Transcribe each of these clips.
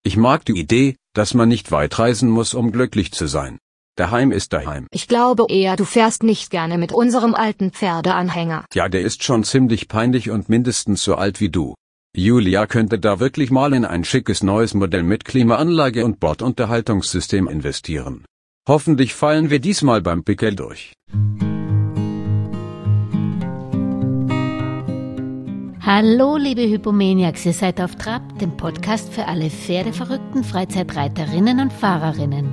Ich mag die Idee, dass man nicht weit reisen muss, um glücklich zu sein. Daheim ist daheim. Ich glaube eher, du fährst nicht gerne mit unserem alten Pferdeanhänger. Ja, der ist schon ziemlich peinlich und mindestens so alt wie du. Julia könnte da wirklich mal in ein schickes neues Modell mit Klimaanlage und Bordunterhaltungssystem investieren. Hoffentlich fallen wir diesmal beim Pickel durch. Hallo liebe Hypomaniacs, ihr seid auf Trab, dem Podcast für alle pferdeverrückten Freizeitreiterinnen und Fahrerinnen.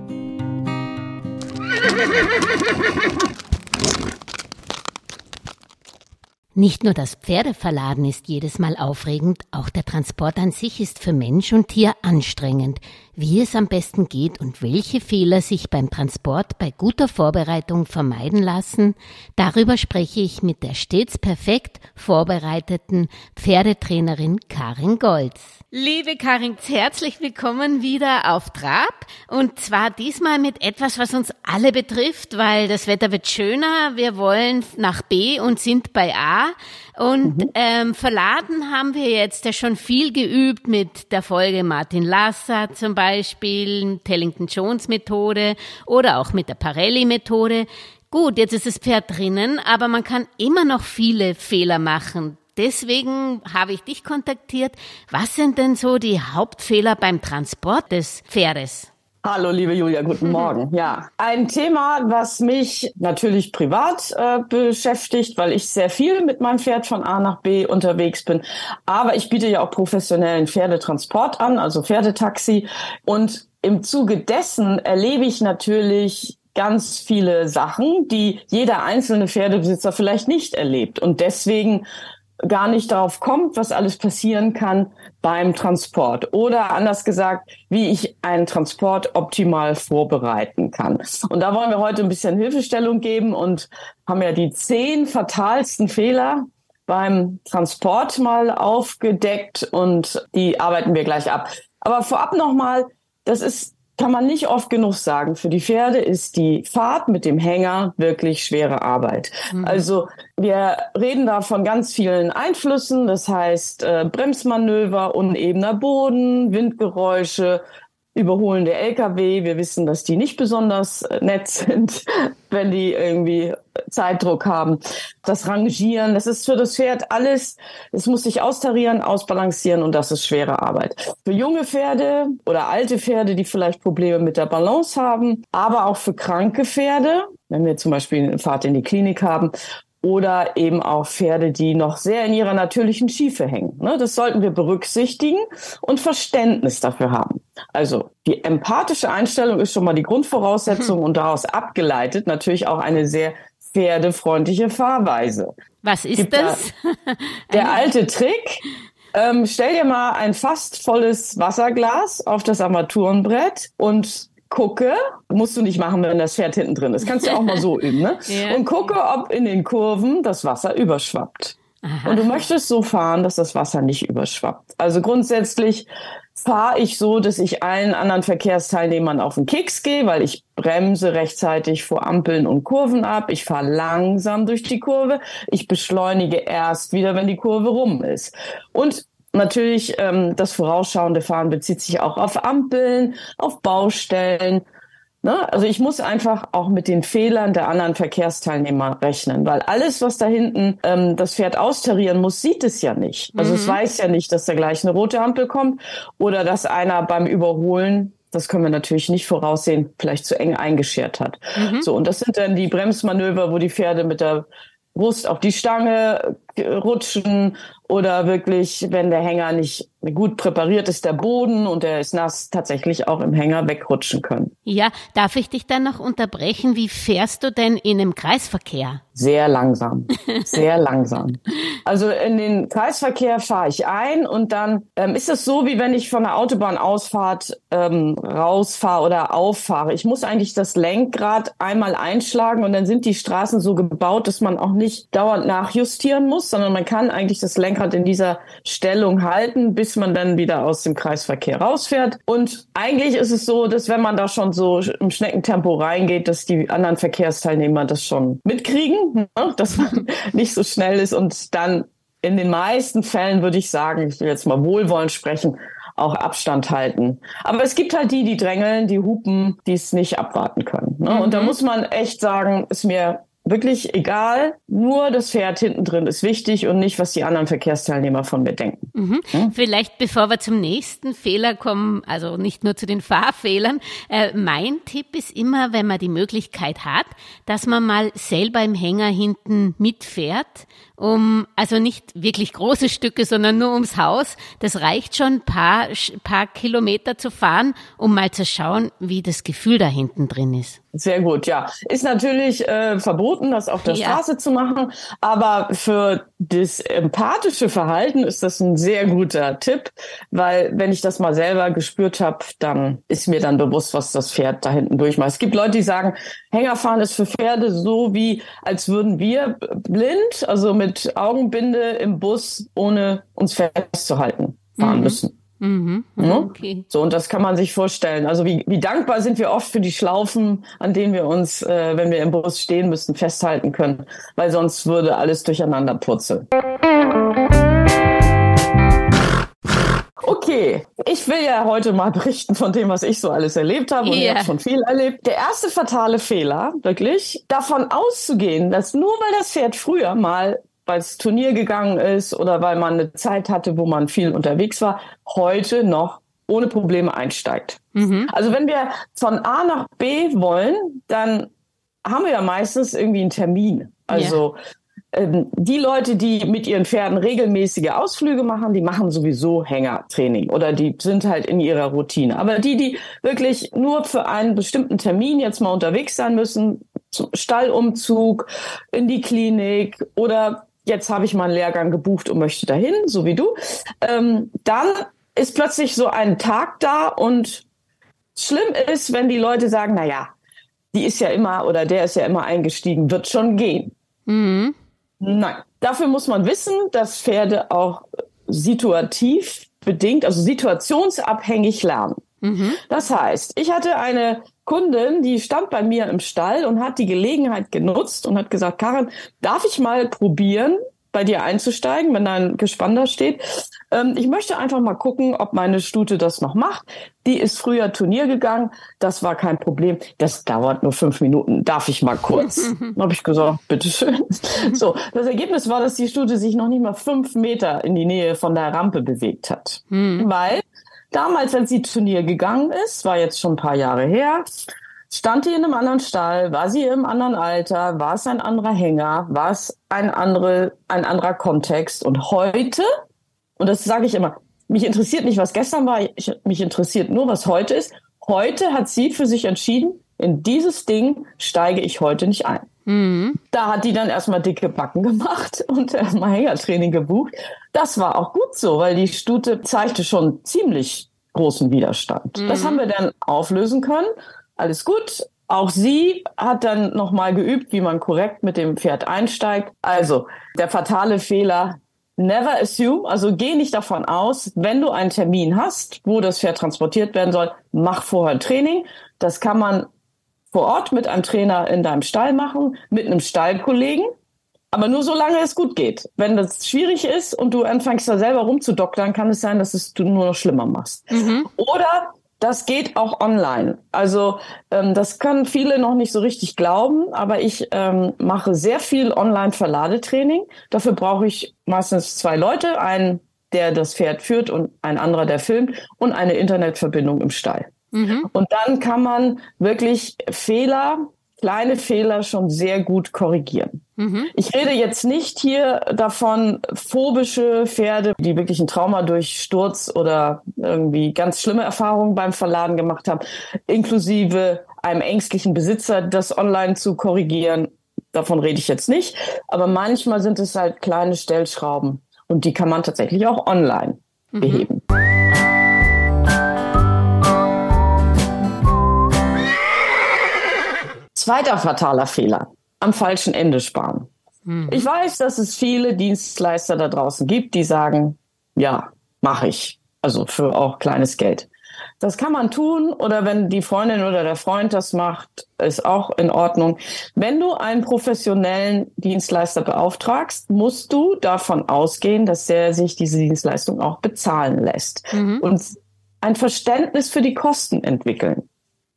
Nicht nur das Pferdeverladen ist jedes Mal aufregend, auch der Transport an sich ist für Mensch und Tier anstrengend. Wie es am besten geht und welche Fehler sich beim Transport bei guter Vorbereitung vermeiden lassen, darüber spreche ich mit der stets perfekt vorbereiteten Pferdetrainerin Karin Golz. Liebe Karin, herzlich willkommen wieder auf Trab und zwar diesmal mit etwas, was uns alle betrifft, weil das Wetter wird schöner, wir wollen nach B und sind bei A. Und verladen haben wir jetzt ja schon viel geübt mit der Folge Martin Lasser zum Beispiel, Tellington-Jones-Methode oder auch mit der Parelli-Methode. Gut, jetzt ist das Pferd drinnen, aber man kann immer noch viele Fehler machen. Deswegen habe ich dich kontaktiert. Was sind denn so die Hauptfehler beim Transport des Pferdes? Hallo, liebe Julia, guten Morgen. Ja, ein Thema, was mich natürlich privat beschäftigt, weil ich sehr viel mit meinem Pferd von A nach B unterwegs bin. Aber ich biete ja auch professionellen Pferdetransport an, also Pferdetaxi. Und im Zuge dessen erlebe ich natürlich ganz viele Sachen, die jeder einzelne Pferdebesitzer vielleicht nicht erlebt. Und deswegen gar nicht darauf kommt, was alles passieren kann beim Transport. Oder anders gesagt, wie ich einen Transport optimal vorbereiten kann. Und da wollen wir heute ein bisschen Hilfestellung geben und haben ja die 10 fatalsten Fehler beim Transport mal aufgedeckt und die arbeiten wir gleich ab. Aber vorab nochmal, kann man nicht oft genug sagen. Für die Pferde ist die Fahrt mit dem Hänger wirklich schwere Arbeit. Also wir reden da von ganz vielen Einflüssen. Das heißt Bremsmanöver, unebener Boden, Windgeräusche, überholende LKW. Wir wissen, dass die nicht besonders nett sind, wenn die irgendwie Zeitdruck haben. Das Rangieren, das ist für das Pferd alles, es muss sich austarieren, ausbalancieren und das ist schwere Arbeit. Für junge Pferde oder alte Pferde, die vielleicht Probleme mit der Balance haben, aber auch für kranke Pferde, wenn wir zum Beispiel eine Fahrt in die Klinik haben, oder eben auch Pferde, die noch sehr in ihrer natürlichen Schiefe hängen. Das sollten wir berücksichtigen und Verständnis dafür haben. Also die empathische Einstellung ist schon mal die Grundvoraussetzung und daraus abgeleitet natürlich auch eine sehr pferdefreundliche Fahrweise. Was ist das? Der alte Trick. Stell dir mal ein fast volles Wasserglas auf das Armaturenbrett und gucke, musst du nicht machen, wenn das Pferd hinten drin ist. Kannst du auch mal so üben, ne? Ja. Und gucke, ob in den Kurven das Wasser überschwappt. Aha. Und du möchtest so fahren, dass das Wasser nicht überschwappt. Also grundsätzlich fahre ich so, dass ich allen anderen Verkehrsteilnehmern auf den Keks gehe, weil ich bremse rechtzeitig vor Ampeln und Kurven ab. Ich fahre langsam durch die Kurve. Ich beschleunige erst wieder, wenn die Kurve rum ist. Und natürlich, das vorausschauende Fahren bezieht sich auch auf Ampeln, auf Baustellen. Ne? Also ich muss einfach auch mit den Fehlern der anderen Verkehrsteilnehmer rechnen, weil alles, was da hinten das Pferd austarieren muss, sieht es ja nicht. Also es weiß ja nicht, dass da gleich eine rote Ampel kommt oder dass einer beim Überholen, das können wir natürlich nicht voraussehen, vielleicht zu eng eingeschert hat. So, und das sind dann die Bremsmanöver, wo die Pferde mit der Brust auf die Stange rutschen oder wirklich, wenn der Hänger nicht gut präpariert ist, der Boden und der ist nass, tatsächlich auch im Hänger wegrutschen können. Ja, darf ich dich dann noch unterbrechen? Wie fährst du denn in einem Kreisverkehr? Sehr langsam, sehr langsam. Also in den Kreisverkehr fahre ich ein und dann ist es so, wie wenn ich von der Autobahnausfahrt rausfahre oder auffahre. Ich muss eigentlich das Lenkrad einmal einschlagen und dann sind die Straßen so gebaut, dass man auch nicht dauernd nachjustieren muss, sondern man kann eigentlich das Lenkrad in dieser Stellung halten, bis man dann wieder aus dem Kreisverkehr rausfährt. Und eigentlich ist es so, dass wenn man da schon so im Schneckentempo reingeht, dass die anderen Verkehrsteilnehmer das schon mitkriegen, ne? Dass man nicht so schnell ist und dann in den meisten Fällen würde ich sagen, ich will jetzt mal wohlwollend sprechen, auch Abstand halten. Aber es gibt halt die drängeln, die hupen, die es nicht abwarten können. Ne? Und da muss man echt sagen, ist mir wirklich egal, nur das Pferd hinten drin ist wichtig und nicht, was die anderen Verkehrsteilnehmer von mir denken. Vielleicht, bevor wir zum nächsten Fehler kommen, also nicht nur zu den Fahrfehlern, mein Tipp ist immer, wenn man die Möglichkeit hat, dass man mal selber im Hänger hinten mitfährt, also nicht wirklich große Stücke, sondern nur ums Haus. Das reicht schon, paar Kilometer zu fahren, um mal zu schauen, wie das Gefühl da hinten drin ist. Sehr gut, ja. Ist natürlich verboten, das auf der Straße zu machen, aber für das empathische Verhalten ist das ein sehr guter Tipp, weil wenn ich das mal selber gespürt habe, dann ist mir dann bewusst, was das Pferd da hinten durchmacht. Es gibt Leute, die sagen, Hängerfahren ist für Pferde so wie, als würden wir blind, also mit Augenbinde im Bus, ohne uns festzuhalten, fahren müssen. Okay. So, und das kann man sich vorstellen. Also wie dankbar sind wir oft für die Schlaufen, an denen wir uns, wenn wir im Bus stehen müssen, festhalten können, weil sonst würde alles durcheinander purzeln. Okay, ich will ja heute mal berichten von dem, was ich so alles erlebt habe. Und ich habe schon viel erlebt. Der erste fatale Fehler, wirklich, davon auszugehen, dass nur weil das Pferd früher mal weil es Turnier gegangen ist oder weil man eine Zeit hatte, wo man viel unterwegs war, heute noch ohne Probleme einsteigt. Also wenn wir von A nach B wollen, dann haben wir ja meistens irgendwie einen Termin. Also die Leute, die mit ihren Pferden regelmäßige Ausflüge machen, die machen sowieso Hängertraining oder die sind halt in ihrer Routine. Aber die wirklich nur für einen bestimmten Termin jetzt mal unterwegs sein müssen, zum Stallumzug, in die Klinik oder jetzt habe ich mal einen Lehrgang gebucht und möchte dahin, so wie du, dann ist plötzlich so ein Tag da und schlimm ist, wenn die Leute sagen, naja, die ist ja immer oder der ist ja immer eingestiegen, wird schon gehen. Nein, dafür muss man wissen, dass Pferde auch situativ bedingt, also situationsabhängig lernen. Das heißt, ich hatte eine Kundin, die stand bei mir im Stall und hat die Gelegenheit genutzt und hat gesagt, Karin, darf ich mal probieren, bei dir einzusteigen, wenn dein Gespann da steht? Ich möchte einfach mal gucken, ob meine Stute das noch macht. Die ist früher Turnier gegangen, das war kein Problem. Das dauert nur 5 Minuten, darf ich mal kurz? Dann habe ich gesagt, bitteschön. So, das Ergebnis war, dass die Stute sich noch nicht mal 5 Meter in die Nähe von der Rampe bewegt hat. Weil damals, als sie Turnier gegangen ist, war jetzt schon ein paar Jahre her, stand die in einem anderen Stall, war sie im anderen Alter, war es ein anderer Hänger, war es ein anderer Kontext. Und heute, und das sage ich immer, mich interessiert nicht, was gestern war, mich interessiert nur, was heute ist. Heute hat sie für sich entschieden, in dieses Ding steige ich heute nicht ein. Da hat die dann erstmal dicke Backen gemacht und erstmal Hängertraining gebucht. Das war auch gut so, weil die Stute zeigte schon ziemlich großen Widerstand. Das haben wir dann auflösen können. Alles gut. Auch sie hat dann nochmal geübt, wie man korrekt mit dem Pferd einsteigt. Also der fatale Fehler, never assume, also geh nicht davon aus, wenn du einen Termin hast, wo das Pferd transportiert werden soll, mach vorher ein Training. Das kann man vor Ort mit einem Trainer in deinem Stall machen, mit einem Stallkollegen, aber nur solange es gut geht. Wenn das schwierig ist und du anfängst da selber rumzudoktern, kann es sein, dass du nur noch schlimmer machst. Oder das geht auch online. Also das können viele noch nicht so richtig glauben, aber ich mache sehr viel Online-Verladetraining. Dafür brauche ich meistens 2 Leute, einen, der das Pferd führt und ein anderer, der filmt und eine Internetverbindung im Stall. Und dann kann man wirklich kleine Fehler schon sehr gut korrigieren. Ich rede jetzt nicht hier davon, phobische Pferde, die wirklich ein Trauma durch Sturz oder irgendwie ganz schlimme Erfahrungen beim Verladen gemacht haben, inklusive einem ängstlichen Besitzer, das online zu korrigieren. Davon rede ich jetzt nicht. Aber manchmal sind es halt kleine Stellschrauben und die kann man tatsächlich auch online beheben. Zweiter fataler Fehler, am falschen Ende sparen. Ich weiß, dass es viele Dienstleister da draußen gibt, die sagen, ja, mache ich. Also für auch kleines Geld. Das kann man tun oder wenn die Freundin oder der Freund das macht, ist auch in Ordnung. Wenn du einen professionellen Dienstleister beauftragst, musst du davon ausgehen, dass der sich diese Dienstleistung auch bezahlen lässt. Und ein Verständnis für die Kosten entwickeln.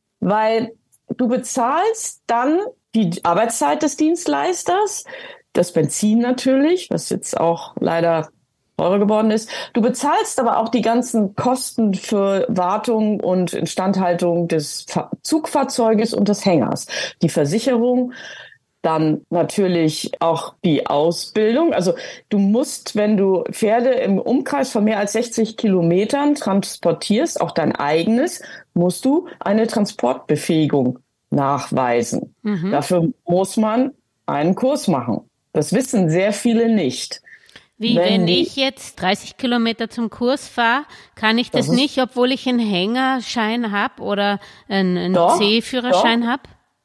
Weil du bezahlst dann die Arbeitszeit des Dienstleisters, das Benzin natürlich, was jetzt auch leider teurer geworden ist. Du bezahlst aber auch die ganzen Kosten für Wartung und Instandhaltung des Zugfahrzeuges und des Hängers. Die Versicherung, dann natürlich auch die Ausbildung. Also du musst, wenn du Pferde im Umkreis von mehr als 60 Kilometern transportierst, auch dein eigenes, musst du eine Transportbefähigung nachweisen. Dafür muss man einen Kurs machen. Das wissen sehr viele nicht. Wie, wenn ich jetzt 30 Kilometer zum Kurs fahre, kann ich das nicht, obwohl ich einen Hängerschein habe oder einen C-Führerschein habe?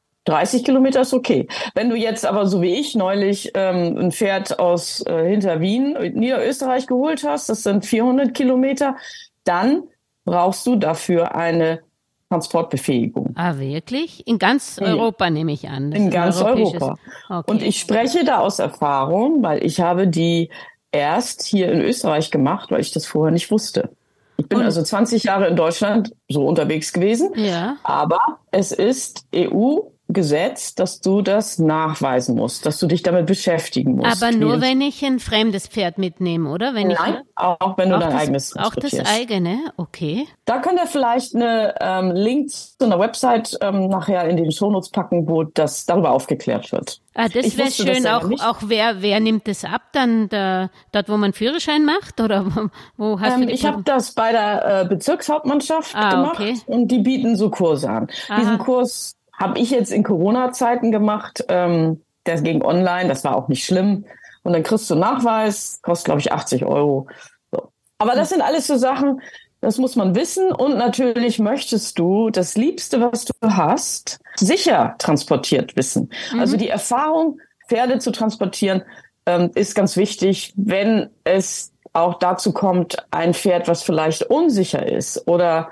30 Kilometer ist okay. Wenn du jetzt aber so wie ich neulich ein Pferd aus hinter Wien, Niederösterreich geholt hast, das sind 400 Kilometer, dann brauchst du dafür eine Transportbefähigung. Ah, wirklich? In ganz Europa nehme ich an. In ganz Europa. Okay. Und ich spreche da aus Erfahrung, weil ich habe die erst hier in Österreich gemacht, weil ich das vorher nicht wusste. Ich bin also 20 Jahre in Deutschland so unterwegs gewesen, aber es ist EU-Gesetz, dass du das nachweisen musst, dass du dich damit beschäftigen musst. Aber nur, wenn ich ein fremdes Pferd mitnehme, oder? Nein, auch wenn du dein eigenes transportierst. Auch das eigene, okay. Da könnt ihr vielleicht eine Link zu einer Website nachher in den Shownotes packen, wo das darüber aufgeklärt wird. Ah, das wäre schön, auch wer nimmt das ab, dann dort, wo man Führerschein macht, oder wo hast du ich habe das bei der Bezirkshauptmannschaft gemacht, und die bieten so Kurse an. Aha. Diesen Kurs habe ich jetzt in Corona-Zeiten gemacht, das ging online, das war auch nicht schlimm, und dann kriegst du einen Nachweis, kostet glaube ich 80 €. So. Aber das sind alles so Sachen, das muss man wissen, und natürlich möchtest du das Liebste, was du hast, sicher transportiert wissen. Also die Erfahrung, Pferde zu transportieren, ist ganz wichtig, wenn es auch dazu kommt, ein Pferd, was vielleicht unsicher ist oder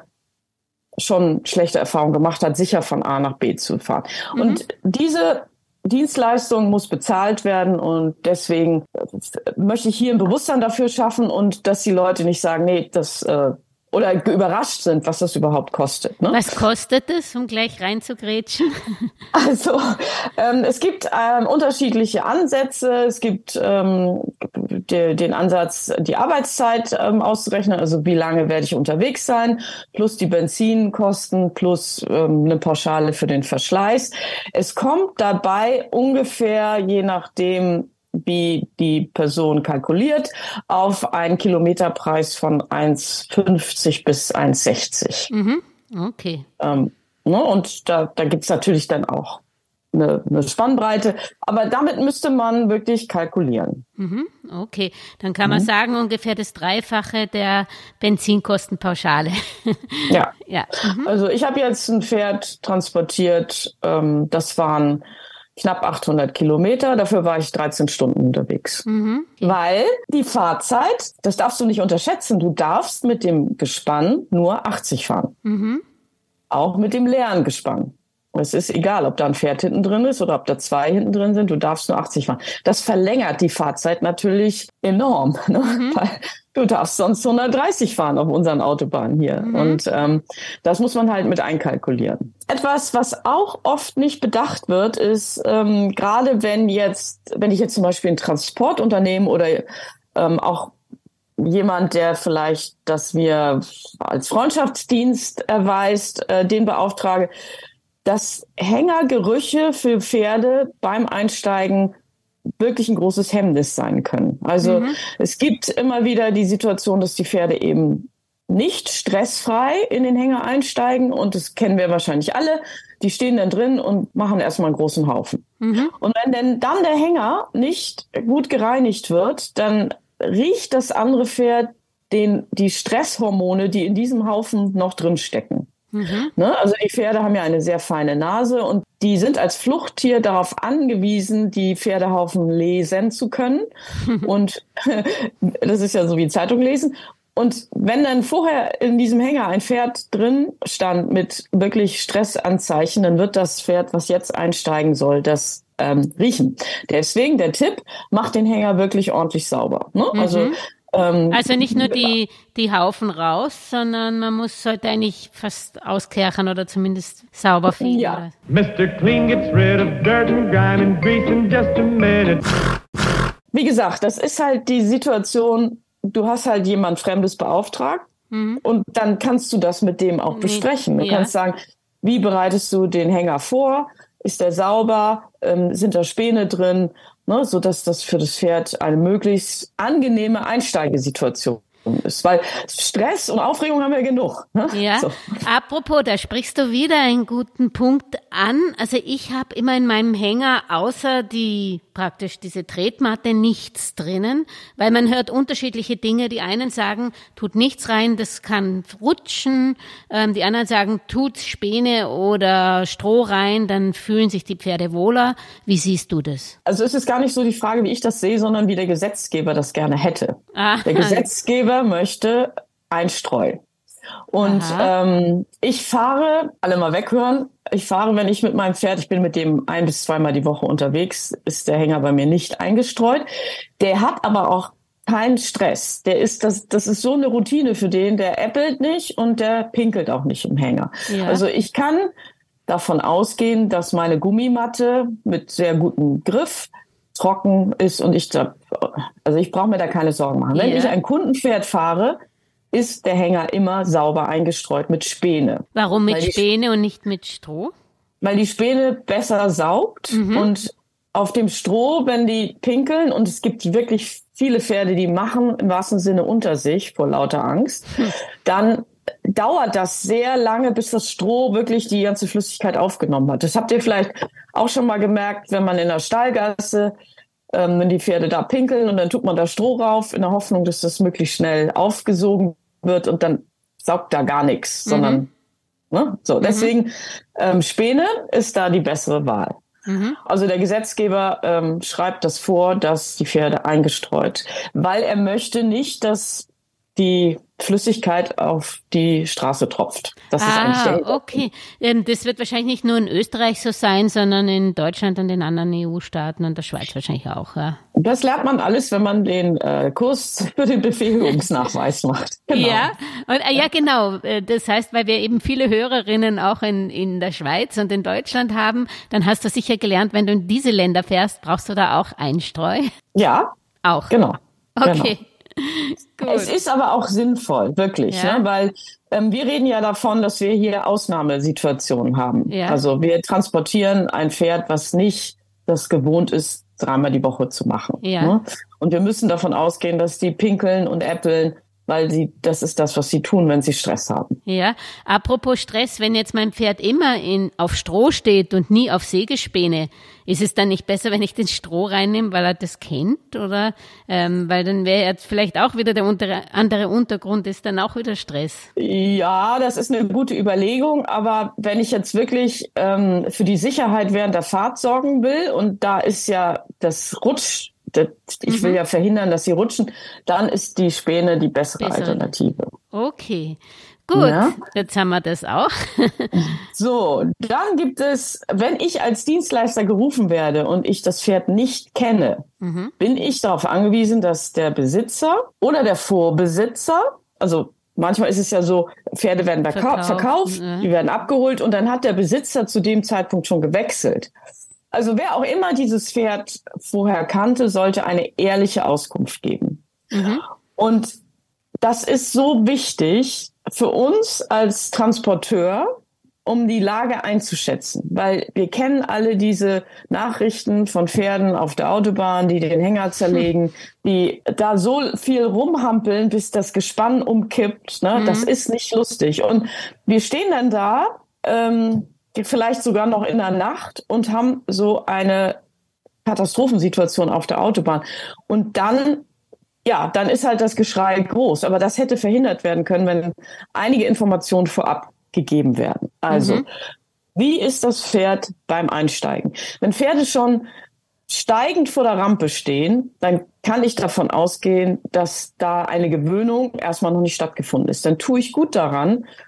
schon schlechte Erfahrungen gemacht hat, sicher von A nach B zu fahren. Und diese Dienstleistung muss bezahlt werden, und deswegen möchte ich hier ein Bewusstsein dafür schaffen, und dass die Leute nicht sagen, nee, das oder überrascht sind, was das überhaupt kostet. Ne? Was kostet es, um gleich reinzugrätschen? Also es gibt unterschiedliche Ansätze. Es gibt den Ansatz, die Arbeitszeit auszurechnen, also wie lange werde ich unterwegs sein, plus die Benzinkosten, plus eine Pauschale für den Verschleiß. Es kommt dabei ungefähr, je nachdem, wie die Person kalkuliert, auf einen Kilometerpreis von 1,50 bis 1,60. Okay. Und da gibt's natürlich dann auch eine Spannbreite, aber damit müsste man wirklich kalkulieren. Okay, dann kann man sagen, ungefähr das Dreifache der Benzinkostenpauschale. Ja. Also ich habe jetzt ein Pferd transportiert, das waren knapp 800 Kilometer, dafür war ich 13 Stunden unterwegs. Weil die Fahrzeit, das darfst du nicht unterschätzen, du darfst mit dem Gespann nur 80 fahren. Auch mit dem leeren Gespann. Es ist egal, ob da ein Pferd hinten drin ist oder ob da zwei hinten drin sind, du darfst nur 80 fahren. Das verlängert die Fahrzeit natürlich enorm, ne? Weil du darfst sonst 130 fahren auf unseren Autobahnen hier. Und das muss man halt mit einkalkulieren. Etwas, was auch oft nicht bedacht wird, ist, gerade wenn ich jetzt zum Beispiel ein Transportunternehmen oder auch jemand, der vielleicht das mir als Freundschaftsdienst erweist, den beauftrage, dass Hängergerüche für Pferde beim Einsteigen wirklich ein großes Hemmnis sein können. Also es gibt immer wieder die Situation, dass die Pferde eben nicht stressfrei in den Hänger einsteigen, und das kennen wir wahrscheinlich alle. Die stehen dann drin und machen erstmal einen großen Haufen. Und wenn denn dann der Hänger nicht gut gereinigt wird, dann riecht das andere Pferd die Stresshormone, die in diesem Haufen noch drin stecken. Ne? Also die Pferde haben ja eine sehr feine Nase, und die sind als Fluchttier darauf angewiesen, die Pferdehaufen lesen zu können. Und das ist ja so wie Zeitung lesen. Und wenn dann vorher in diesem Hänger ein Pferd drin stand mit wirklich Stressanzeichen, dann wird das Pferd, was jetzt einsteigen soll, das riechen. Deswegen der Tipp, macht den Hänger wirklich ordentlich sauber. Ne? Also Also nicht nur die Haufen raus, sondern man sollte eigentlich fast auskehren oder zumindest sauber fegen. Ja. Mr. Clean gets rid of dirt and grime and grease in just a minute. Wie gesagt, das ist halt die Situation, du hast halt jemand Fremdes beauftragt und dann kannst du das mit dem auch besprechen. Du kannst sagen, wie bereitest du den Hänger vor? Ist der sauber? Sind da Späne drin? Ne, sodass das für das Pferd eine möglichst angenehme Einsteigesituation ist. Weil Stress und Aufregung haben wir genug. Ne? Ja, so. Apropos, da sprichst du wieder einen guten Punkt an. Also ich habe immer in meinem Hänger außer praktisch diese Tretmatte nichts drinnen, weil man hört unterschiedliche Dinge. Die einen sagen, tut nichts rein, das kann rutschen. Die anderen sagen, tut Späne oder Stroh rein, dann fühlen sich die Pferde wohler. Wie siehst du das? Also es ist gar nicht so die Frage, wie ich das sehe, sondern wie der Gesetzgeber das gerne hätte. Der Gesetzgeber möchte Einstreu. Und ich fahre, alle mal weghören, ich fahre, wenn ich mit meinem Pferd, ich bin mit dem 1 bis 2 Mal die Woche unterwegs, ist der Hänger bei mir nicht eingestreut. Der hat aber auch keinen Stress. Das ist so eine Routine für den, der äppelt nicht und der pinkelt auch nicht im Hänger. Ja. Also ich kann davon ausgehen, dass meine Gummimatte mit sehr gutem Griff trocken ist und ich brauche mir da keine Sorgen machen. Wenn ich ein Kundenpferd fahre, ist der Hänger immer sauber eingestreut mit Späne. Warum mit Späne und nicht mit Stroh? Weil die Späne besser saugt und auf dem Stroh, wenn die pinkeln, und es gibt wirklich viele Pferde, die machen im wahrsten Sinne unter sich vor lauter Angst, dann dauert das sehr lange, bis das Stroh wirklich die ganze Flüssigkeit aufgenommen hat. Das habt ihr vielleicht auch schon mal gemerkt, wenn man in der Stallgasse, wenn die Pferde da pinkeln und dann tut man da Stroh rauf, in der Hoffnung, dass das möglichst schnell aufgesogen wird und dann saugt da gar nichts, sondern deswegen Späne ist da die bessere Wahl. Also der Gesetzgeber schreibt das vor, dass die Pferde eingestreut, weil er möchte nicht, dass die Flüssigkeit auf die Straße tropft. Das ist eigentlich der okay. Das wird wahrscheinlich nicht nur in Österreich so sein, sondern in Deutschland und den anderen EU-Staaten und der Schweiz wahrscheinlich auch. Ja. Das lernt man alles, wenn man den Kurs für den Befähigungsnachweis macht. Genau. Ja, genau. Das heißt, weil wir eben viele Hörerinnen auch in der Schweiz und in Deutschland haben, dann hast du sicher gelernt, wenn du in diese Länder fährst, brauchst du da auch Einstreu? Ja. Auch? Genau. Okay. Genau. Es ist aber auch sinnvoll, wirklich, ne? Weil wir reden ja davon, dass wir hier Ausnahmesituationen haben. Ja. Also wir transportieren ein Pferd, was nicht das gewohnt ist, 3-mal die Woche zu machen. Ja. Ne? Und wir müssen davon ausgehen, dass die pinkeln und äppeln, weil das ist das, was sie tun, wenn sie Stress haben. Ja, apropos Stress, wenn jetzt mein Pferd immer auf Stroh steht und nie auf Sägespäne, ist es dann nicht besser, wenn ich den Stroh reinnehme, weil er das kennt? Oder weil dann wäre jetzt vielleicht auch wieder der andere Untergrund, ist dann auch wieder Stress? Ja, das ist eine gute Überlegung, aber wenn ich jetzt wirklich für die Sicherheit während der Fahrt sorgen will, und da ist ja das ich will ja verhindern, dass sie rutschen, dann ist die Späne die bessere Alternative. Okay, gut, ja. Jetzt haben wir das auch. So, dann gibt es, wenn ich als Dienstleister gerufen werde und ich das Pferd nicht kenne, bin ich darauf angewiesen, dass der Besitzer oder der Vorbesitzer, also manchmal ist es ja so, Pferde werden verkauft, die werden abgeholt und dann hat der Besitzer zu dem Zeitpunkt schon gewechselt. Also wer auch immer dieses Pferd vorher kannte, sollte eine ehrliche Auskunft geben. Und das ist so wichtig für uns als Transporteur, um die Lage einzuschätzen. Weil wir kennen alle diese Nachrichten von Pferden auf der Autobahn, die den Hänger zerlegen, die da so viel rumhampeln, bis das Gespann umkippt. Ne? Das ist nicht lustig. Und wir stehen dann da, vielleicht sogar noch in der Nacht und haben so eine Katastrophensituation auf der Autobahn. Und dann ist halt das Geschrei groß. Aber das hätte verhindert werden können, wenn einige Informationen vorab gegeben werden. Also, wie ist das Pferd beim Einsteigen? Wenn Pferde schon steigend vor der Rampe stehen, dann kann ich davon ausgehen, dass da eine Gewöhnung erstmal noch nicht stattgefunden ist. Dann tue ich gut daran,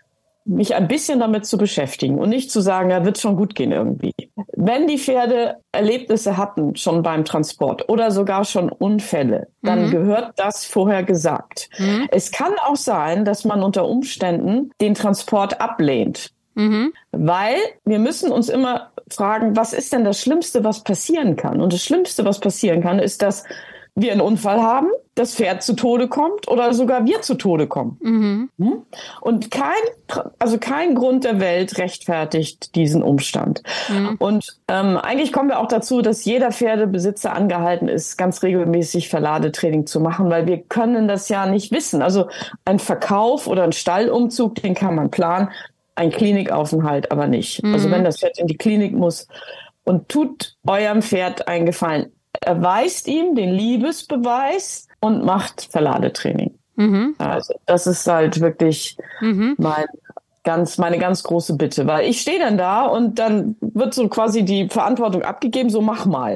mich ein bisschen damit zu beschäftigen und nicht zu sagen, ja, wird schon gut gehen irgendwie. Wenn die Pferde Erlebnisse hatten, schon beim Transport oder sogar schon Unfälle, dann gehört das vorher gesagt. Es kann auch sein, dass man unter Umständen den Transport ablehnt. Weil wir müssen uns immer fragen, was ist denn das Schlimmste, was passieren kann? Und das Schlimmste, was passieren kann, ist, dass wir einen Unfall haben, das Pferd zu Tode kommt oder sogar wir zu Tode kommen. Und kein Grund der Welt rechtfertigt diesen Umstand. Und eigentlich kommen wir auch dazu, dass jeder Pferdebesitzer angehalten ist, ganz regelmäßig Verladetraining zu machen, weil wir können das ja nicht wissen. Also ein Verkauf oder ein Stallumzug, den kann man planen, ein Klinikaufenthalt aber nicht. Also wenn das Pferd in die Klinik muss und tut eurem Pferd einen Gefallen, erweist ihm den Liebesbeweis und macht Verladetraining. Also das ist halt wirklich meine ganz große Bitte, weil ich stehe dann da und dann wird so quasi die Verantwortung abgegeben, so mach mal.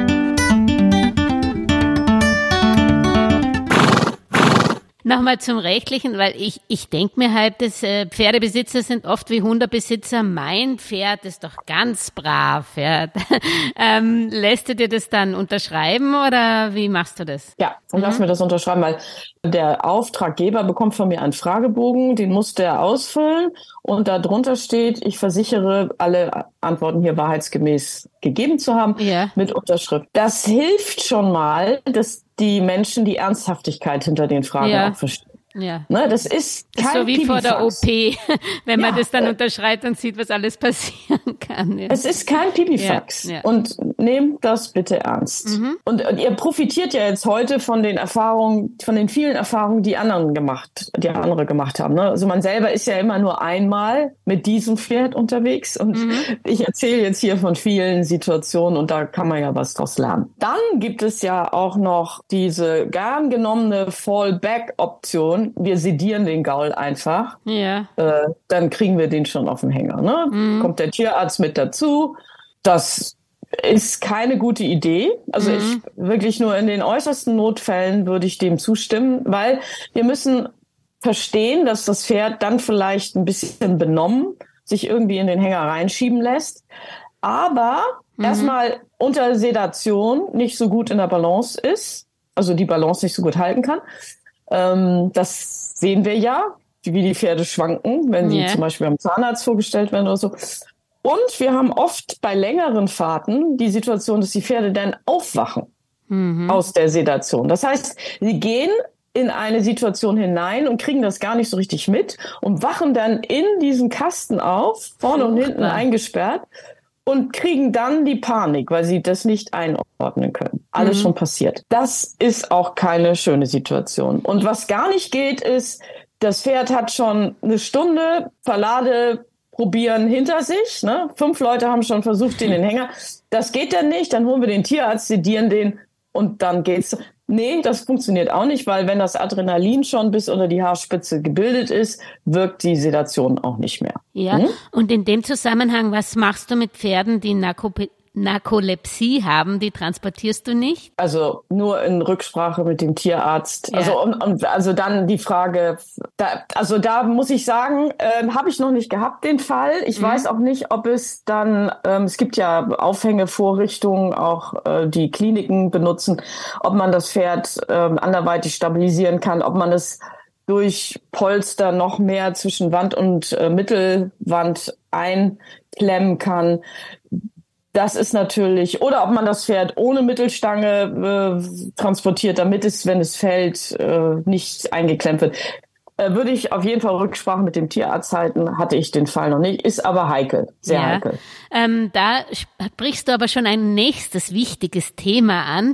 Nochmal zum Rechtlichen, weil ich denke mir halt, dass Pferdebesitzer sind oft wie Hundebesitzer. Mein Pferd ist doch ganz brav. Ja. Lässt du dir das dann unterschreiben oder wie machst du das? Ja, und lass mir das unterschreiben, weil der Auftraggeber bekommt von mir einen Fragebogen, den muss der ausfüllen und da drunter steht, ich versichere, alle Antworten hier wahrheitsgemäß gegeben zu haben, mit Unterschrift. Das hilft schon mal, dass die Menschen die Ernsthaftigkeit hinter den Fragen auch verstehen. Ja. Ne, das ist kein so wie Pipifax. vor der OP, wenn man das dann unterschreibt und sieht, was alles passieren kann. Ja. Es ist kein Pipifax. Ja. Und nehmt das bitte ernst. Und ihr profitiert ja jetzt heute von den Erfahrungen, von den vielen Erfahrungen, die andere gemacht haben. Ne? Also man selber ist ja immer nur einmal mit diesem Pferd unterwegs und ich erzähle jetzt hier von vielen Situationen und da kann man ja was draus lernen. Dann gibt es ja auch noch diese gern genommene Fallback-Option. Wir sedieren den Gaul einfach. Ja. Dann kriegen wir den schon auf den Hänger. Ne? Kommt der Tierarzt mit dazu. Das ist keine gute Idee. Also ich wirklich nur in den äußersten Notfällen würde ich dem zustimmen, weil wir müssen verstehen, dass das Pferd dann vielleicht ein bisschen benommen sich irgendwie in den Hänger reinschieben lässt, aber erstmal unter Sedation nicht so gut in der Balance ist, also die Balance nicht so gut halten kann. Das sehen wir ja, wie die Pferde schwanken, wenn sie zum Beispiel am Zahnarzt vorgestellt werden oder so. Und wir haben oft bei längeren Fahrten die Situation, dass die Pferde dann aufwachen aus der Sedation. Das heißt, sie gehen in eine Situation hinein und kriegen das gar nicht so richtig mit und wachen dann in diesen Kasten auf, vorne und hinten eingesperrt und kriegen dann die Panik, weil sie das nicht einordnen können. Alles schon passiert. Das ist auch keine schöne Situation. Und was gar nicht geht, ist, das Pferd hat schon eine Stunde Verlade probieren hinter sich. Ne? 5 Leute haben schon versucht, den Hänger. Das geht dann nicht. Dann holen wir den Tierarzt, sedieren den und dann geht's. Nee, das funktioniert auch nicht, weil wenn das Adrenalin schon bis unter die Haarspitze gebildet ist, wirkt die Sedation auch nicht mehr. Ja, und in dem Zusammenhang, was machst du mit Pferden, die Narkolepsie haben, die transportierst du nicht? Also nur in Rücksprache mit dem Tierarzt. Ja. Also dann die Frage, da muss ich sagen, habe ich noch nicht gehabt, den Fall. Ich weiß auch nicht, ob es dann, es gibt ja Aufhängevorrichtungen, auch die Kliniken benutzen, ob man das Pferd anderweitig stabilisieren kann, ob man es durch Polster noch mehr zwischen Wand und Mittelwand einklemmen kann. Das ist natürlich, oder ob man das Pferd ohne Mittelstange transportiert, damit es, wenn es fällt, nicht eingeklemmt wird. Würde ich auf jeden Fall Rücksprache mit dem Tierarzt halten, hatte ich den Fall noch nicht, ist aber heikel, sehr heikel. Da sprichst du aber schon ein nächstes wichtiges Thema an,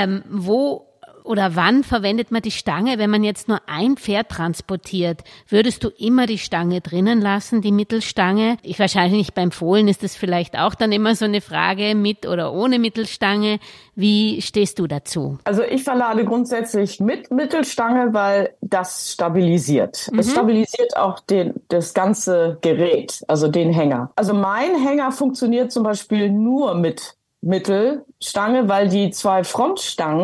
wo oder wann verwendet man die Stange, wenn man jetzt nur ein Pferd transportiert? Würdest du immer die Stange drinnen lassen, die Mittelstange? Wahrscheinlich beim Fohlen ist das vielleicht auch dann immer so eine Frage, mit oder ohne Mittelstange. Wie stehst du dazu? Also ich verlade grundsätzlich mit Mittelstange, weil das stabilisiert. Es stabilisiert auch das ganze Gerät, also den Hänger. Also mein Hänger funktioniert zum Beispiel nur mit Mittelstange, weil die 2 Frontstangen,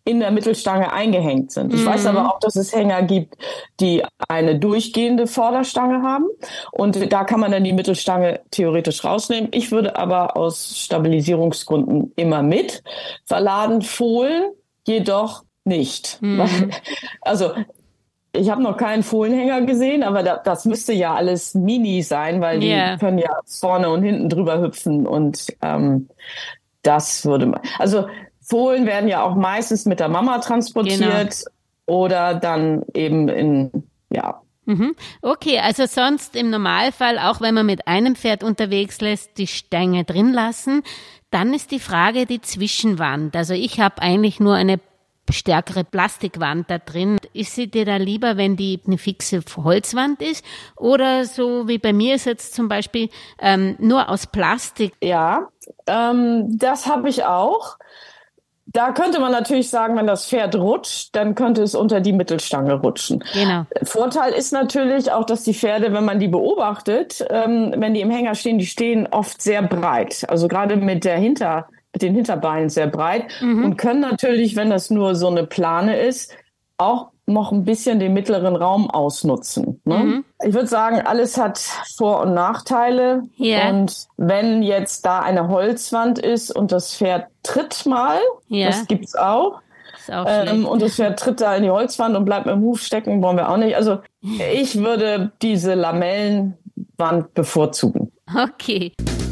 in der Mittelstange eingehängt sind. Ich weiß aber auch, dass es Hänger gibt, die eine durchgehende Vorderstange haben. Und da kann man dann die Mittelstange theoretisch rausnehmen. Ich würde aber aus Stabilisierungsgründen immer mit verladen. Fohlen jedoch nicht. Also ich habe noch keinen Fohlenhänger gesehen, aber das müsste ja alles mini sein, weil die können ja vorne und hinten drüber hüpfen und das würde man. Also Fohlen werden ja auch meistens mit der Mama transportiert oder dann eben Okay, also sonst im Normalfall, auch wenn man mit einem Pferd unterwegs lässt, die Stange drin lassen. Dann ist die Frage die Zwischenwand. Also ich habe eigentlich nur eine stärkere Plastikwand da drin. Ist sie dir da lieber, wenn die eine fixe Holzwand ist oder so wie bei mir ist jetzt zum Beispiel nur aus Plastik? Ja, das habe ich auch. Da könnte man natürlich sagen, wenn das Pferd rutscht, dann könnte es unter die Mittelstange rutschen. Genau. Vorteil ist natürlich auch, dass die Pferde, wenn man die beobachtet, wenn die im Hänger stehen, die stehen oft sehr breit. Also gerade mit den Hinterbeinen sehr breit und können natürlich, wenn das nur so eine Plane ist, auch noch ein bisschen den mittleren Raum ausnutzen. Ne? Ich würde sagen, alles hat Vor- und Nachteile. Yeah. Und wenn jetzt da eine Holzwand ist und das Pferd tritt mal, das gibt's auch. Ist auch schlecht. Und das Pferd tritt da in die Holzwand und bleibt mit dem Huf stecken, wollen wir auch nicht. Also ich würde diese Lamellenwand bevorzugen. Okay.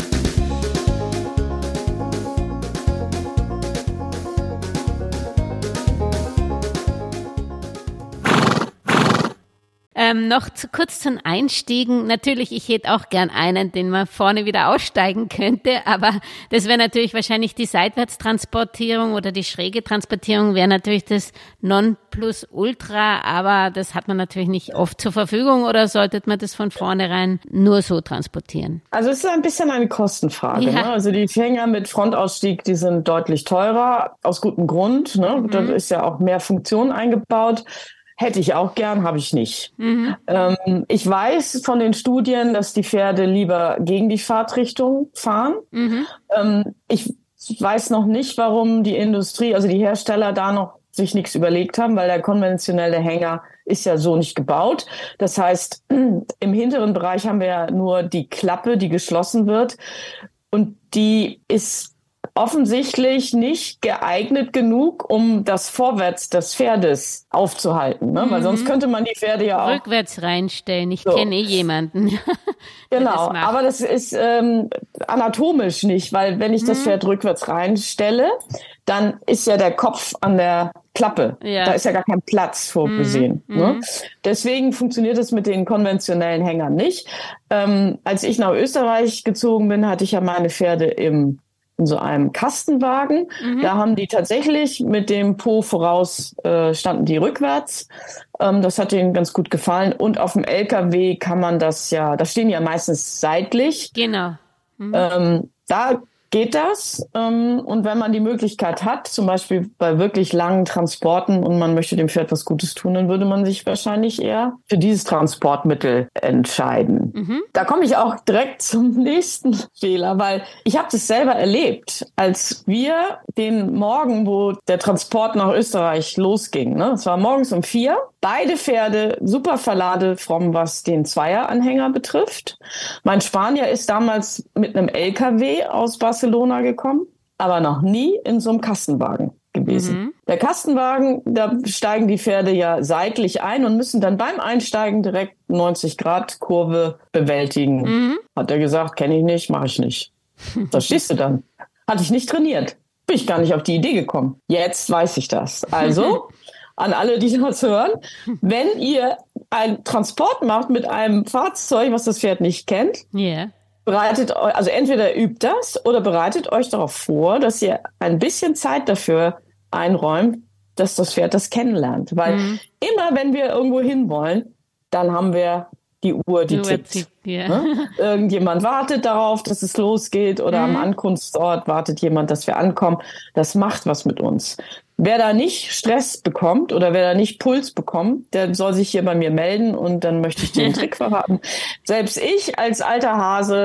Noch kurz zum Einstiegen. Natürlich, ich hätte auch gern einen, den man vorne wieder aussteigen könnte, aber das wäre natürlich wahrscheinlich die Seitwärtstransportierung oder die schräge Transportierung wäre natürlich das Nonplusultra, aber das hat man natürlich nicht oft zur Verfügung oder sollte man das von vornherein nur so transportieren? Also es ist ein bisschen eine Kostenfrage. Ne? Also die Hänger mit Frontausstieg, die sind deutlich teurer, aus gutem Grund. Ne? Da ist ja auch mehr Funktion eingebaut. Hätte ich auch gern, habe ich nicht. Ich weiß von den Studien, dass die Pferde lieber gegen die Fahrtrichtung fahren. Ich weiß noch nicht, warum die Industrie, also die Hersteller da noch sich nichts überlegt haben, weil der konventionelle Hänger ist ja so nicht gebaut. Das heißt, im hinteren Bereich haben wir ja nur die Klappe, die geschlossen wird. Und die ist offensichtlich nicht geeignet genug, um das Vorwärts des Pferdes aufzuhalten. Ne? Weil sonst könnte man die Pferde ja auch rückwärts reinstellen. Ich kenne jemanden. Genau, aber das ist anatomisch nicht, weil wenn ich das Pferd rückwärts reinstelle, dann ist ja der Kopf an der Klappe. Da ist ja gar kein Platz vorgesehen. Ne? Deswegen funktioniert es mit den konventionellen Hängern nicht. Als ich nach Österreich gezogen bin, hatte ich ja meine Pferde in so einem Kastenwagen. Da haben die tatsächlich mit dem Po voraus, standen die rückwärts. Das hat ihnen ganz gut gefallen. Und auf dem LKW kann man das ja, da stehen die ja meistens seitlich. Genau. Da geht das. Und wenn man die Möglichkeit hat, zum Beispiel bei wirklich langen Transporten und man möchte dem Pferd was Gutes tun, dann würde man sich wahrscheinlich eher für dieses Transportmittel entscheiden. Da komme ich auch direkt zum nächsten Fehler, weil ich habe das selber erlebt, als wir den Morgen, wo der Transport nach Österreich losging, ne, es war morgens um 4, beide Pferde super verladefromm, was den Zweieranhänger betrifft. Mein Spanier ist damals mit einem LKW aus Barcelona gekommen, aber noch nie in so einem Kastenwagen gewesen. Der Kastenwagen, da steigen die Pferde ja seitlich ein und müssen dann beim Einsteigen direkt 90-Grad-Kurve bewältigen. Hat er gesagt, kenne ich nicht, mache ich nicht. Da stehst du dann. Hatte ich nicht trainiert. Bin ich gar nicht auf die Idee gekommen. Jetzt weiß ich das. Also an alle, die das hören, wenn ihr einen Transport macht mit einem Fahrzeug, was das Pferd nicht kennt, bereitet euch, also entweder übt das oder bereitet euch darauf vor, dass ihr ein bisschen Zeit dafür einräumt, dass das Pferd das kennenlernt. Weil immer, wenn wir irgendwo hinwollen, dann haben wir die Uhr, die tickt. Ne? Irgendjemand wartet darauf, dass es losgeht oder am Ankunftsort wartet jemand, dass wir ankommen. Das macht was mit uns. Wer da nicht Stress bekommt oder wer da nicht Puls bekommt, der soll sich hier bei mir melden und dann möchte ich dir den Trick verraten. Selbst ich als alter Hase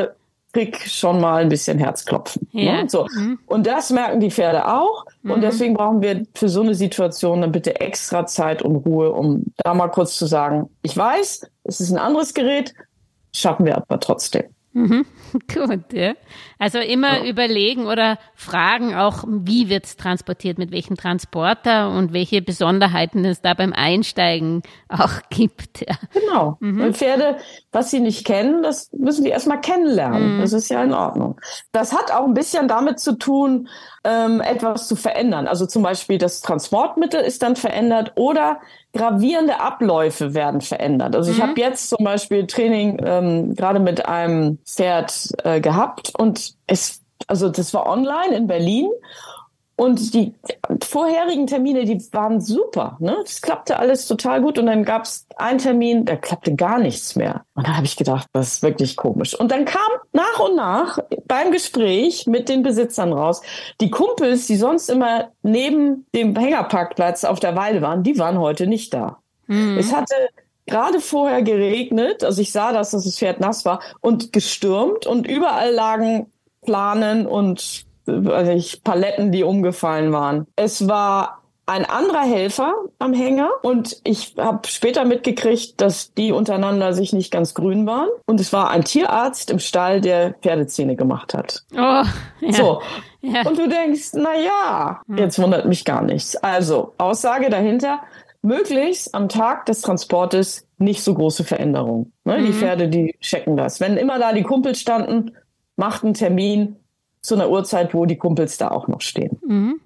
krieg schon mal ein bisschen Herzklopfen. Ja. Ne? So. Und das merken die Pferde auch. Und deswegen brauchen wir für so eine Situation dann bitte extra Zeit und Ruhe, um da mal kurz zu sagen, ich weiß, es ist ein anderes Gerät, schaffen wir aber trotzdem. Gut, ja. Also immer überlegen oder fragen auch, wie wird es transportiert, mit welchem Transporter und welche Besonderheiten es da beim Einsteigen auch gibt. Ja. Genau. Weil Pferde, was sie nicht kennen, das müssen die erstmal kennenlernen. Das ist ja in Ordnung. Das hat auch ein bisschen damit zu tun, etwas zu verändern. Also zum Beispiel das Transportmittel ist dann verändert oder gravierende Abläufe werden verändert. Also ich habe jetzt zum Beispiel Training gerade mit einem Pferd gehabt und das war online in Berlin. Und die vorherigen Termine, die waren super, ne? Das klappte alles total gut. Und dann gab es einen Termin, da klappte gar nichts mehr. Und da habe ich gedacht, das ist wirklich komisch. Und dann kam nach und nach beim Gespräch mit den Besitzern raus, die Kumpels, die sonst immer neben dem Hängerparkplatz auf der Weide waren, die waren heute nicht da. Es hatte gerade vorher geregnet, also ich sah, dass das Pferd nass war und gestürmt und überall lagen Planen und Paletten, die umgefallen waren. Es war ein anderer Helfer am Hänger und ich habe später mitgekriegt, dass die untereinander sich nicht ganz grün waren. Und es war ein Tierarzt im Stall, der Pferdezähne gemacht hat. Oh, ja. So. Ja. Und du denkst, jetzt wundert mich gar nichts. Also, Aussage dahinter, möglichst am Tag des Transportes nicht so große Veränderungen. Ne? Die Pferde, die checken das. Wenn immer da die Kumpels standen, macht einen Termin zu einer Uhrzeit, wo die Kumpels da auch noch stehen.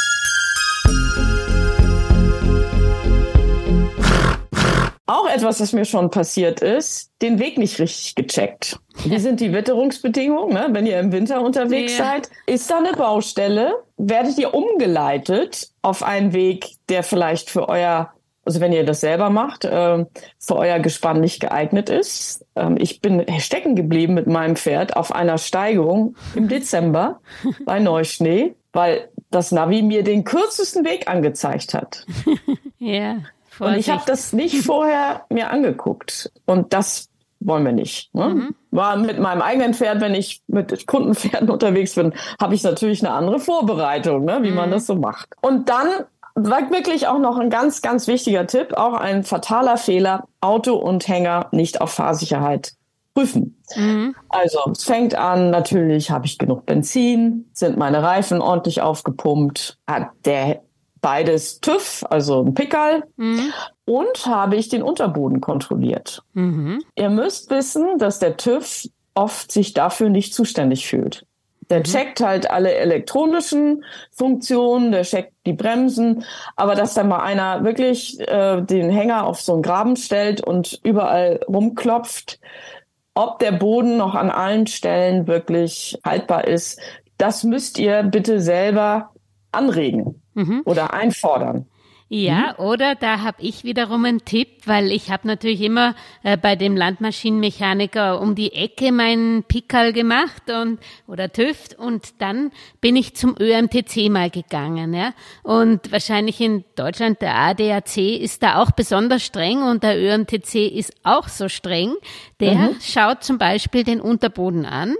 Auch etwas, was mir schon passiert ist, den Weg nicht richtig gecheckt. Wie sind die Witterungsbedingungen, ne? Wenn ihr im Winter unterwegs seid? Ist da eine Baustelle? Werdet ihr umgeleitet auf einen Weg, der vielleicht für euer, also wenn ihr das selber macht, für euer Gespann nicht geeignet ist? Ich bin stecken geblieben mit meinem Pferd auf einer Steigung im Dezember bei Neuschnee, weil das Navi mir den kürzesten Weg angezeigt hat. Ja, und ich habe das nicht vorher mir angeguckt. Und das wollen wir nicht. Ne? War mit meinem eigenen Pferd, wenn ich mit Kundenpferden unterwegs bin, habe ich natürlich eine andere Vorbereitung, ne? Wie man das so macht. Und dann war wirklich auch noch ein ganz, ganz wichtiger Tipp, auch ein fataler Fehler, Auto und Hänger nicht auf Fahrsicherheit prüfen. Also es fängt an, natürlich habe ich genug Benzin, sind meine Reifen ordentlich aufgepumpt, hat der beides TÜV, also ein Pickerl, und habe ich den Unterboden kontrolliert. Ihr müsst wissen, dass der TÜV oft sich dafür nicht zuständig fühlt. Der checkt halt alle elektronischen Funktionen, der checkt die Bremsen, aber dass da mal einer wirklich den Hänger auf so einen Graben stellt und überall rumklopft, ob der Boden noch an allen Stellen wirklich haltbar ist, das müsst ihr bitte selber anregen oder einfordern. Ja, oder da habe ich wiederum einen Tipp, weil ich habe natürlich immer bei dem Landmaschinenmechaniker um die Ecke meinen Pickerl gemacht oder TÜV und dann bin ich zum ÖMTC mal gegangen, ja. Und wahrscheinlich in Deutschland der ADAC ist da auch besonders streng und der ÖMTC ist auch so streng. Der schaut zum Beispiel den Unterboden an.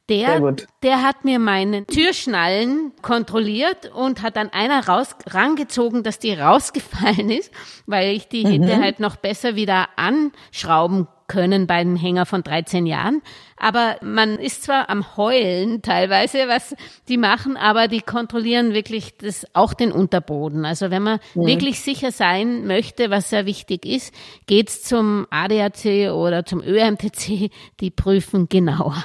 Der hat mir meine Türschnallen kontrolliert und hat dann einer rangezogen, dass die rausgefallen ist, weil ich die hätte halt noch besser wieder anschrauben können bei einem Hänger von 13 Jahren. Aber man ist zwar am Heulen teilweise, was die machen, aber die kontrollieren wirklich auch den Unterboden. Also wenn man wirklich sicher sein möchte, was sehr wichtig ist, geht's zum ADAC oder zum ÖMTC, die prüfen genauer.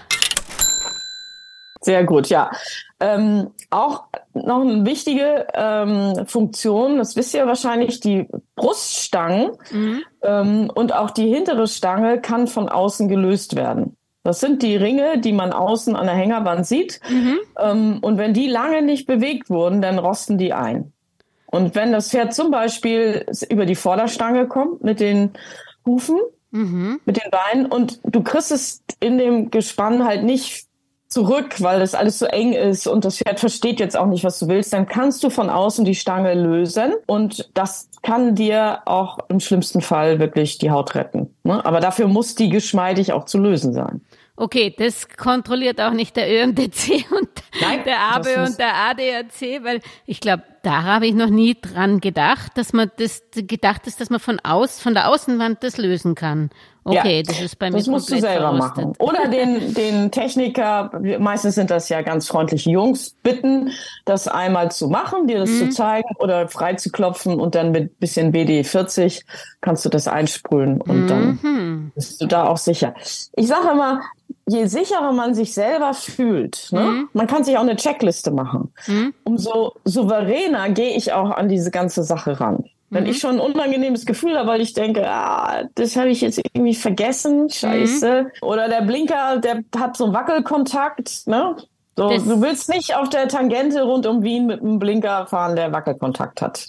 Sehr gut, ja. Auch noch eine wichtige Funktion, das wisst ihr wahrscheinlich, die Bruststangen und auch die hintere Stange kann von außen gelöst werden. Das sind die Ringe, die man außen an der Hängerwand sieht. Und wenn die lange nicht bewegt wurden, dann rosten die ein. Und wenn das Pferd zum Beispiel über die Vorderstange kommt mit den Hufen, mit den Beinen und du kriegst es in dem Gespann halt nicht zurück, weil das alles so eng ist und das Pferd versteht jetzt auch nicht, was du willst, dann kannst du von außen die Stange lösen und das kann dir auch im schlimmsten Fall wirklich die Haut retten. Ne? Aber dafür muss die geschmeidig auch zu lösen sein. Okay, das kontrolliert auch nicht der ÖMTC und Nein, der AB und der ADAC, weil ich glaube, da habe ich noch nie dran gedacht, dass man dass man von der Außenwand das lösen kann. Okay, das ist bei mir das musst du komplett selber verrostet. machen. Oder den Techniker, meistens sind das ja ganz freundliche Jungs, bitten, das einmal zu machen, dir das zu zeigen oder frei zu klopfen und dann mit bisschen WD-40 kannst du das einsprühen und dann bist du da auch sicher. Ich sage immer, je sicherer man sich selber fühlt, ne? Man kann sich auch eine Checkliste machen, umso souveräner gehe ich auch an diese ganze Sache ran. Wenn ich schon ein unangenehmes Gefühl habe, weil ich denke, das habe ich jetzt irgendwie vergessen, scheiße. Oder der Blinker, der hat so einen Wackelkontakt, ne? So, du willst nicht auf der Tangente rund um Wien mit einem Blinker fahren, der Wackelkontakt hat.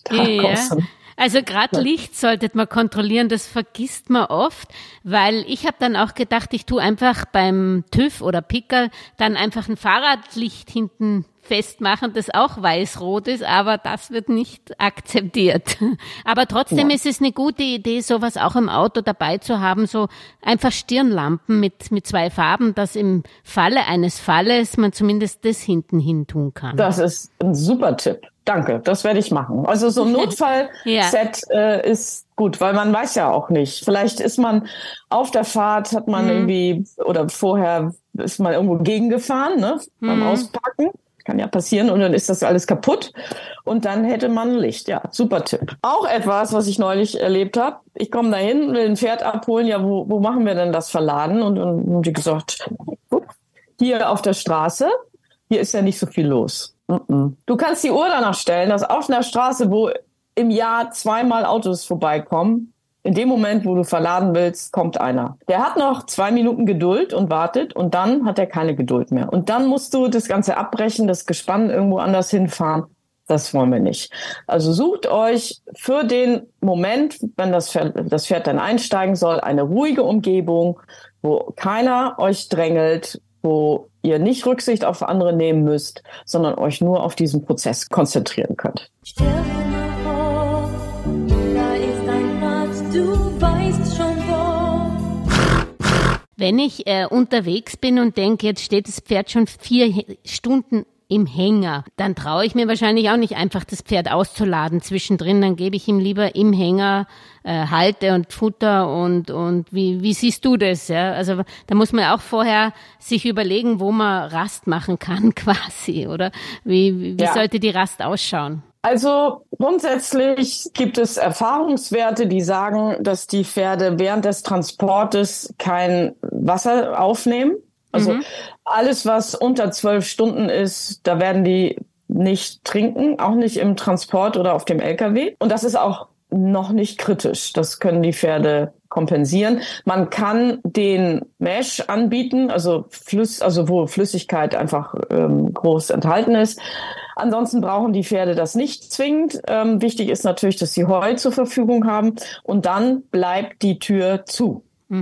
Also gerade Licht sollte man kontrollieren, das vergisst man oft, weil ich habe dann auch gedacht, ich tue einfach beim TÜV oder Pickerl dann einfach ein Fahrradlicht hinten festmachen, das auch weiß-rot ist, aber das wird nicht akzeptiert. Aber trotzdem ist es eine gute Idee, sowas auch im Auto dabei zu haben, so einfach Stirnlampen mit 2 Farben, dass im Falle eines Falles man zumindest das hinten hin tun kann. Das ist ein super Tipp. Danke, das werde ich machen. Also so ein Notfallset ist gut, weil man weiß ja auch nicht. Vielleicht ist man auf der Fahrt, hat man irgendwie, oder vorher ist man irgendwo gegengefahren, ne, beim Auspacken. Kann ja passieren und dann ist das alles kaputt und dann hätte man ein Licht. Ja, super Tipp. Auch etwas, was ich neulich erlebt habe. Ich komme dahin, will ein Pferd abholen. Ja, wo machen wir denn das Verladen? Und dann haben die gesagt, hier auf der Straße, hier ist ja nicht so viel los. Du kannst die Uhr danach stellen, dass auf einer Straße, wo im Jahr 2-mal Autos vorbeikommen, in dem Moment, wo du verladen willst, kommt einer. Der hat noch 2 Minuten Geduld und wartet und dann hat er keine Geduld mehr. Und dann musst du das Ganze abbrechen, das Gespann irgendwo anders hinfahren. Das wollen wir nicht. Also sucht euch für den Moment, wenn das Pferd dann einsteigen soll, eine ruhige Umgebung, wo keiner euch drängelt, wo ihr nicht Rücksicht auf andere nehmen müsst, sondern euch nur auf diesen Prozess konzentrieren könnt. Wenn ich unterwegs bin und denke, jetzt steht das Pferd schon 4 Stunden im Hänger, dann traue ich mir wahrscheinlich auch nicht einfach das Pferd auszuladen zwischendrin, dann gebe ich ihm lieber im Hänger Halte und Futter und wie siehst du das? Ja? Also da muss man auch vorher sich überlegen, wo man Rast machen kann quasi, oder? Wie sollte die Rast ausschauen? Also grundsätzlich gibt es Erfahrungswerte, die sagen, dass die Pferde während des Transportes kein Wasser aufnehmen. Also alles, was unter 12 Stunden ist, da werden die nicht trinken, auch nicht im Transport oder auf dem LKW. Und das ist auch noch nicht kritisch. Das können die Pferde kompensieren. Man kann den Mesh anbieten, also wo Flüssigkeit einfach groß enthalten ist. Ansonsten brauchen die Pferde das nicht zwingend. Wichtig ist natürlich, dass sie Heu zur Verfügung haben und dann bleibt die Tür zu.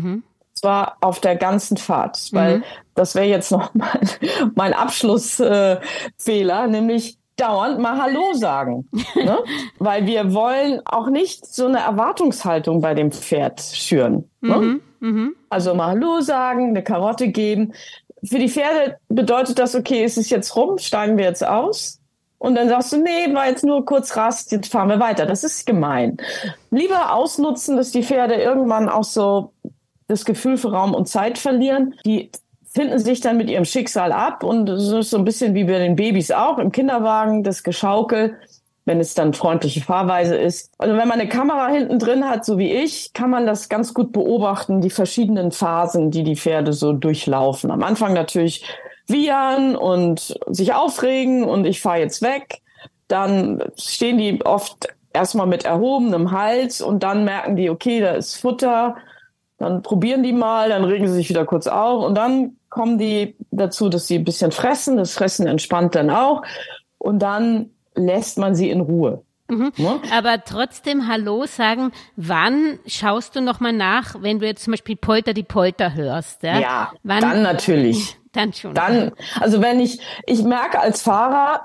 Zwar auf der ganzen Fahrt, weil das wäre jetzt noch mein Abschlussfehler, nämlich dauernd mal Hallo sagen. Ne? Weil wir wollen auch nicht so eine Erwartungshaltung bei dem Pferd schüren. Ne? Also mal Hallo sagen, eine Karotte geben. Für die Pferde bedeutet das, okay, ist es jetzt rum, steigen wir jetzt aus? Und dann sagst du, nee, war jetzt nur kurz Rast, jetzt fahren wir weiter. Das ist gemein. Lieber ausnutzen, dass die Pferde irgendwann auch so das Gefühl für Raum und Zeit verlieren. Die finden sich dann mit ihrem Schicksal ab und das ist so ein bisschen wie bei den Babys auch im Kinderwagen, das Geschaukel, wenn es dann freundliche Fahrweise ist. Also wenn man eine Kamera hinten drin hat, so wie ich, kann man das ganz gut beobachten, die verschiedenen Phasen, die die Pferde so durchlaufen. Am Anfang natürlich wiehern und sich aufregen und ich fahre jetzt weg. Dann stehen die oft erstmal mit erhobenem Hals und dann merken die, okay, da ist Futter. Dann probieren die mal, dann regen sie sich wieder kurz auf und dann kommen die dazu, dass sie ein bisschen fressen. Das Fressen entspannt dann auch und dann lässt man sie in Ruhe. Ne? Aber trotzdem Hallo sagen, wann schaust du nochmal nach, wenn du jetzt zum Beispiel Polter die Polter hörst? Ja, wann? Dann natürlich. Dann schon. Dann, also wenn ich merke als Fahrer,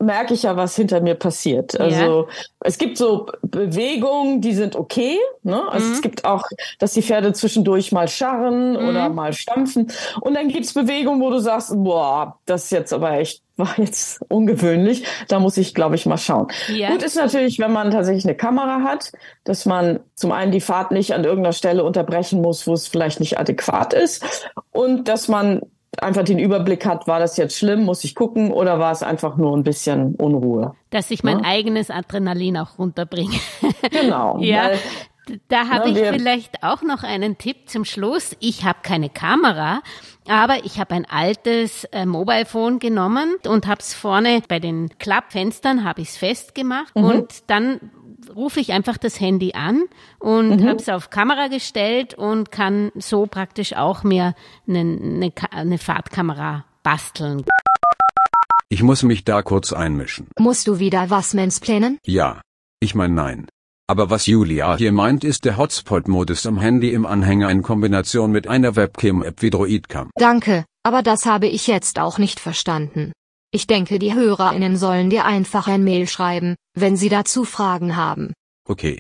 merke ich ja, was hinter mir passiert. Also es gibt so Bewegungen, die sind okay. Ne? Also es gibt auch, dass die Pferde zwischendurch mal scharren oder mal stampfen. Und dann gibt's Bewegungen, wo du sagst, boah, das ist jetzt aber echt, war jetzt ungewöhnlich. Da muss ich, glaube ich, mal schauen. Ja. Gut ist natürlich, wenn man tatsächlich eine Kamera hat, dass man zum einen die Fahrt nicht an irgendeiner Stelle unterbrechen muss, wo es vielleicht nicht adäquat ist. Und dass man einfach den Überblick hat, war das jetzt schlimm, muss ich gucken, oder war es einfach nur ein bisschen Unruhe? Dass ich mein eigenes Adrenalin auch runterbringe. Genau. Ja. Weil, da habe ich vielleicht auch noch einen Tipp zum Schluss. Ich habe keine Kamera, aber ich habe ein altes Mobilephone genommen und habe es vorne bei den Klappfenstern habe ich es festgemacht und dann rufe ich einfach das Handy an und habe es auf Kamera gestellt und kann so praktisch auch mir eine Fahrtkamera basteln. Ich muss mich da kurz einmischen. Musst du wieder was mansplainen? Ja. Ich meine nein. Aber was Julia hier meint, ist der Hotspot-Modus am Handy im Anhänger in Kombination mit einer Webcam-App wie Droidcam. Danke, aber das habe ich jetzt auch nicht verstanden. Ich denke, die HörerInnen sollen dir einfach ein Mail schreiben, wenn sie dazu Fragen haben. Okay.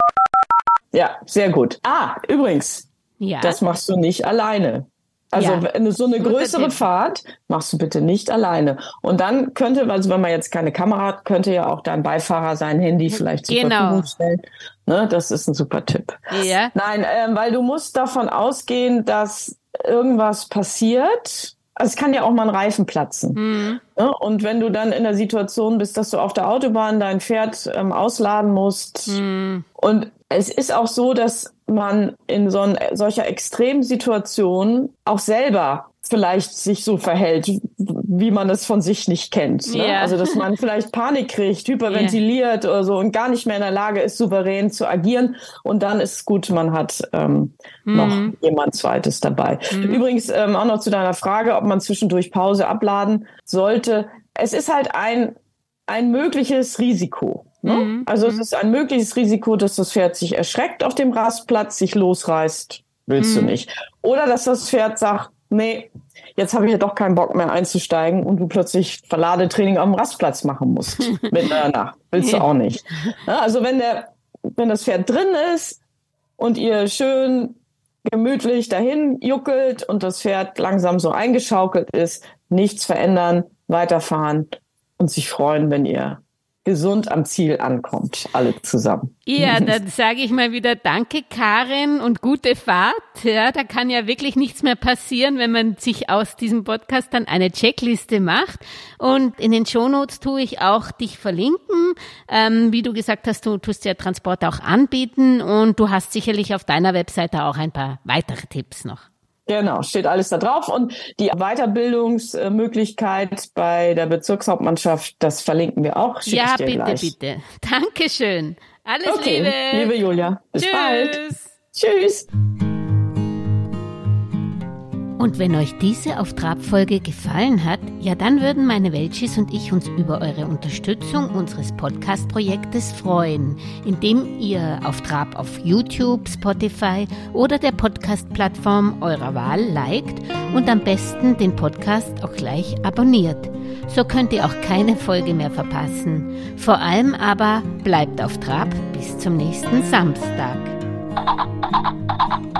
Ja, sehr gut. Übrigens, das machst du nicht alleine. Also wenn du so eine größere Fahrt machst du bitte nicht alleine. Und dann könnte, also wenn man jetzt keine Kamera hat, könnte ja auch dein Beifahrer sein Handy vielleicht zur Verfügung stellen. Ne, das ist ein super Tipp. Ja. Nein, weil du musst davon ausgehen, dass irgendwas passiert. Also es kann ja auch mal ein Reifen platzen. Ne? Und wenn du dann in der Situation bist, dass du auf der Autobahn dein Pferd ausladen musst. Und es ist auch so, dass man in solcher Extremsituation auch selber vielleicht sich so verhält, wie man es von sich nicht kennt. Ne? Also dass man vielleicht Panik kriegt, hyperventiliert oder so und gar nicht mehr in der Lage ist, souverän zu agieren. Und dann ist es gut, man hat noch jemand Zweites dabei. Übrigens auch noch zu deiner Frage, ob man zwischendurch Pause abladen sollte. Es ist halt ein mögliches Risiko. Ne? Also es ist ein mögliches Risiko, dass das Pferd sich erschreckt auf dem Rastplatz, sich losreißt, willst du nicht. Oder dass das Pferd sagt, nee, jetzt habe ich ja doch keinen Bock mehr einzusteigen und du plötzlich Verladetraining am Rastplatz machen musst. Mitten in der Nacht. Willst du auch nicht. Ja, also wenn das Pferd drin ist und ihr schön gemütlich dahin juckelt und das Pferd langsam so eingeschaukelt ist, nichts verändern, weiterfahren und sich freuen, wenn ihr gesund am Ziel ankommt, alle zusammen. Ja, dann sage ich mal wieder danke, Karin, und gute Fahrt. Ja, da kann ja wirklich nichts mehr passieren, wenn man sich aus diesem Podcast dann eine Checkliste macht. Und in den Shownotes tue ich auch dich verlinken. Wie du gesagt hast, du tust ja Transport auch anbieten und du hast sicherlich auf deiner Webseite auch ein paar weitere Tipps noch. Genau, steht alles da drauf. Und die Weiterbildungsmöglichkeit bei der Bezirkshauptmannschaft, das verlinken wir auch. Schick ich dir bitte, gleich. bitte. Dankeschön. Alles Liebe. Liebe Julia. Bis bald. Tschüss. Und wenn euch diese Auf Trab-Folge gefallen hat, ja dann würden meine Welchis und ich uns über eure Unterstützung unseres Podcast-Projektes freuen, indem ihr Auf Trab auf YouTube, Spotify oder der Podcast-Plattform eurer Wahl liked und am besten den Podcast auch gleich abonniert. So könnt ihr auch keine Folge mehr verpassen. Vor allem aber bleibt auf Trab bis zum nächsten Samstag.